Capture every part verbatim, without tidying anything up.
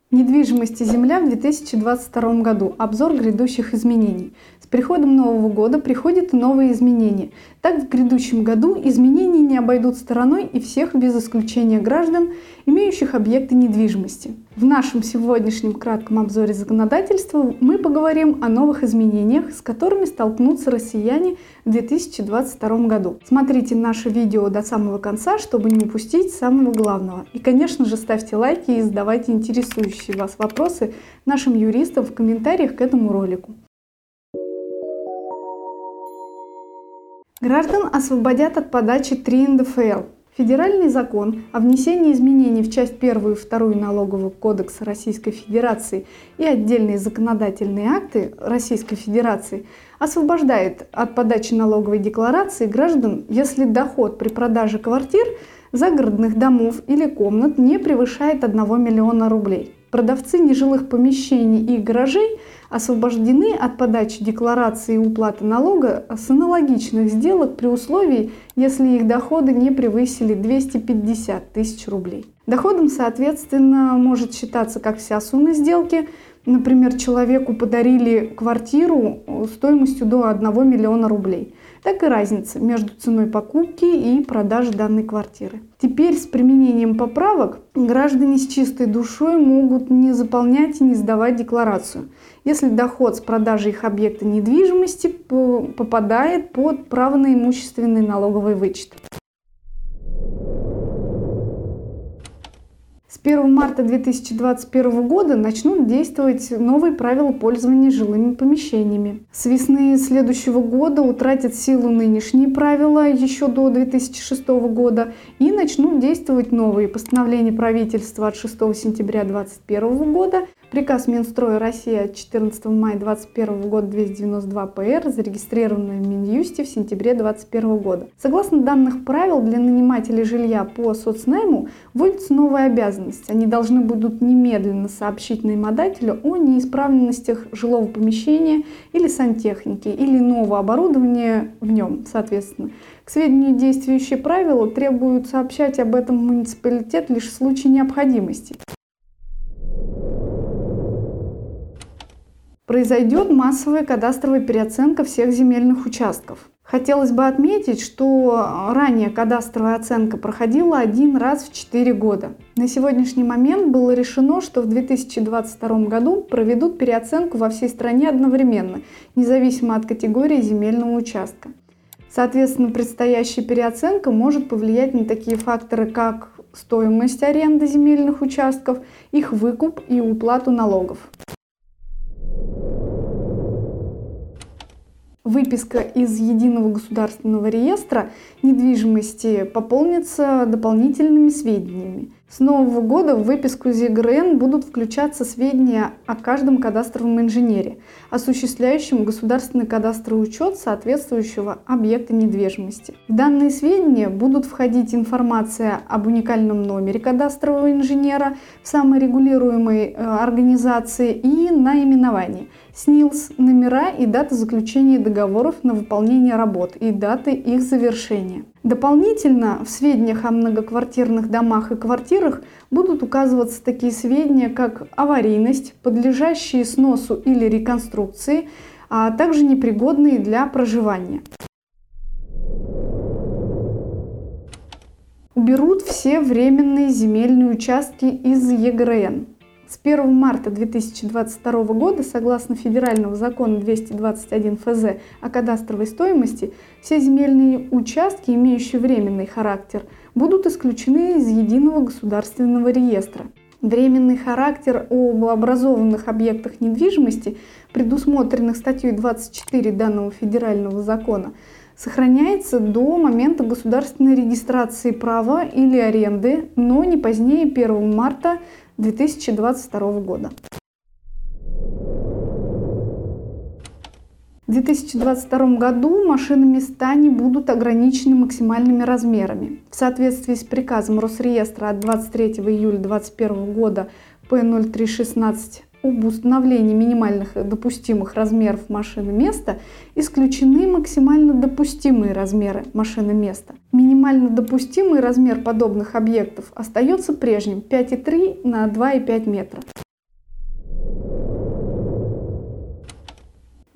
Недвижимость и земля в две тысячи двадцать втором году. Обзор грядущих изменений. С приходом Нового года приходят и новые изменения. Так, в грядущем году изменения не обойдут стороной и всех без исключения граждан, имеющих объекты недвижимости. В нашем сегодняшнем кратком обзоре законодательства мы поговорим о новых изменениях, с которыми столкнутся россияне в две тысячи двадцать втором году. Смотрите наше видео до самого конца, чтобы не упустить самого главного. И, конечно же, ставьте лайки и задавайте интересующие вас вопросы нашим юристам в комментариях к этому ролику. Граждан освободят от подачи три эн дэ эф эл. Федеральный закон о внесении изменений в часть первую и вторую Налогового кодекса Российской Федерации и отдельные законодательные акты Российской Федерации освобождает от подачи налоговой декларации граждан, если доход при продаже квартир, загородных домов или комнат не превышает одного миллиона рублей. Продавцы нежилых помещений и гаражей освобождены от подачи декларации и уплаты налога с аналогичных сделок при условии, если их доходы не превысили двести пятьдесят тысяч рублей. Доходом, соответственно, может считаться как вся сумма сделки. Например, человеку подарили квартиру стоимостью до одного миллиона рублей. Так и разница между ценой покупки и продажи данной квартиры. Теперь с применением поправок граждане с чистой душой могут не заполнять и не сдавать декларацию, если доход с продажи их объекта недвижимости попадает под право на имущественный налоговый вычет. С первого марта две тысячи двадцать первого года начнут действовать новые правила пользования жилыми помещениями. С весны следующего года утратят силу нынешние правила еще до две тысячи шестого года и начнут действовать новые постановления правительства от шестого сентября две тысячи двадцать первого года, приказ Минстроя России от четырнадцатого мая две тысячи двадцать первого года двести девяносто два пэ эр, зарегистрированный в Минюсте в сентябре две тысячи двадцать первого года. Согласно данных правил, для нанимателей жилья по соцнайму вводится новая обязанность. Они должны будут немедленно сообщить наимодателю о неисправностях жилого помещения или сантехники, или иного оборудования в нем, соответственно. К сведению, действующие правила требуют сообщать об этом в муниципалитет лишь в случае необходимости. Произойдет массовая кадастровая переоценка всех земельных участков. Хотелось бы отметить, что ранее кадастровая оценка проходила один раз в четыре года. На сегодняшний момент было решено, что в две тысячи двадцать втором году проведут переоценку во всей стране одновременно, независимо от категории земельного участка. Соответственно, предстоящая переоценка может повлиять на такие факторы, как стоимость аренды земельных участков, их выкуп и уплату налогов. Выписка из Единого государственного реестра недвижимости пополнится дополнительными сведениями. С нового года в выписку из е гэ эр эн будут включаться сведения о каждом кадастровом инженере, осуществляющем государственный кадастровый учет соответствующего объекта недвижимости. В данные сведения будут входить информация об уникальном номере кадастрового инженера в саморегулируемой организации и наименование, СНИЛС, номера и дата заключения договоров на выполнение работ и даты их завершения. Дополнительно в сведениях о многоквартирных домах и квартирах будут указываться такие сведения, как аварийность, подлежащие сносу или реконструкции, а также непригодные для проживания. Уберут все временные земельные участки из е гэ эр эн. С первого марта две тысячи двадцать второго года, согласно федерального закона двести двадцать один эф зэ о кадастровой стоимости, все земельные участки, имеющие временный характер, будут исключены из Единого государственного реестра. Временный характер об образованных объектах недвижимости, предусмотренных статьей двадцать четыре данного федерального закона, сохраняется до момента государственной регистрации права или аренды, но не позднее первого марта две тысячи двадцать второго года. В две тысячи двадцать втором году машиноместа не будут ограничены максимальными размерами. В соответствии с приказом Росреестра от двадцать третьего июля две тысячи двадцать первого года пэ ноль три шестнадцать об установлении минимальных допустимых размеров машиноместа исключены максимально допустимые размеры машиноместа. Минимально допустимый размер подобных объектов остается прежним – пять и три на два и пять метра.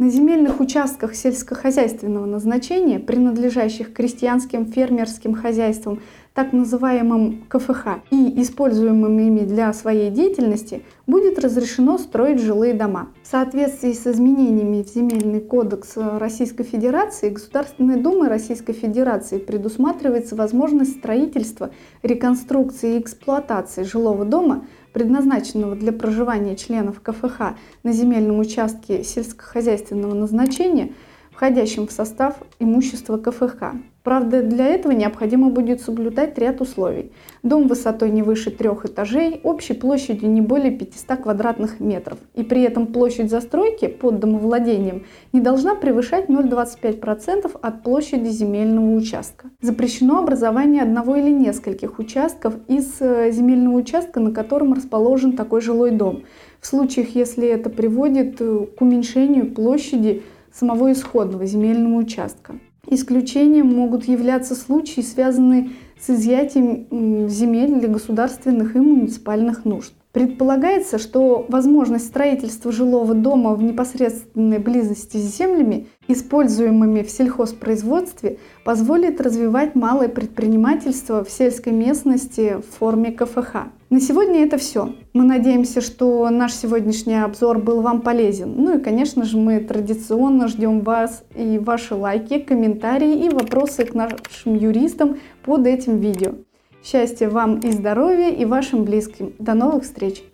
На земельных участках сельскохозяйственного назначения, принадлежащих крестьянским фермерским хозяйствам, так называемым ка эф ха, и используемым ими для своей деятельности, будет разрешено строить жилые дома. В соответствии с изменениями в Земельный кодекс Российской Федерации, Государственной Думой Российской Федерации предусматривается возможность строительства, реконструкции и эксплуатации жилого дома, предназначенного для проживания членов ка эф ха на земельном участке сельскохозяйственного назначения, входящем в состав имущества ка эф ха. Правда, для этого необходимо будет соблюдать ряд условий. Дом высотой не выше трех этажей, общей площадью не более пятисот квадратных метров. И при этом площадь застройки под домовладением не должна превышать ноль целых двадцать пять сотых процента от площади земельного участка. Запрещено образование одного или нескольких участков из земельного участка, на котором расположен такой жилой дом, в случаях, если это приводит к уменьшению площади самого исходного земельного участка. Исключением могут являться случаи, связанные с изъятием земель для государственных и муниципальных нужд. Предполагается, что возможность строительства жилого дома в непосредственной близости с землями, используемыми в сельхозпроизводстве, позволит развивать малое предпринимательство в сельской местности в форме ка эф ха. На сегодня это все. Мы надеемся, что наш сегодняшний обзор был вам полезен. Ну и, конечно же, мы традиционно ждем вас и ваши лайки, комментарии и вопросы к нашим юристам под этим видео. Счастья вам и здоровья и вашим близким. До новых встреч!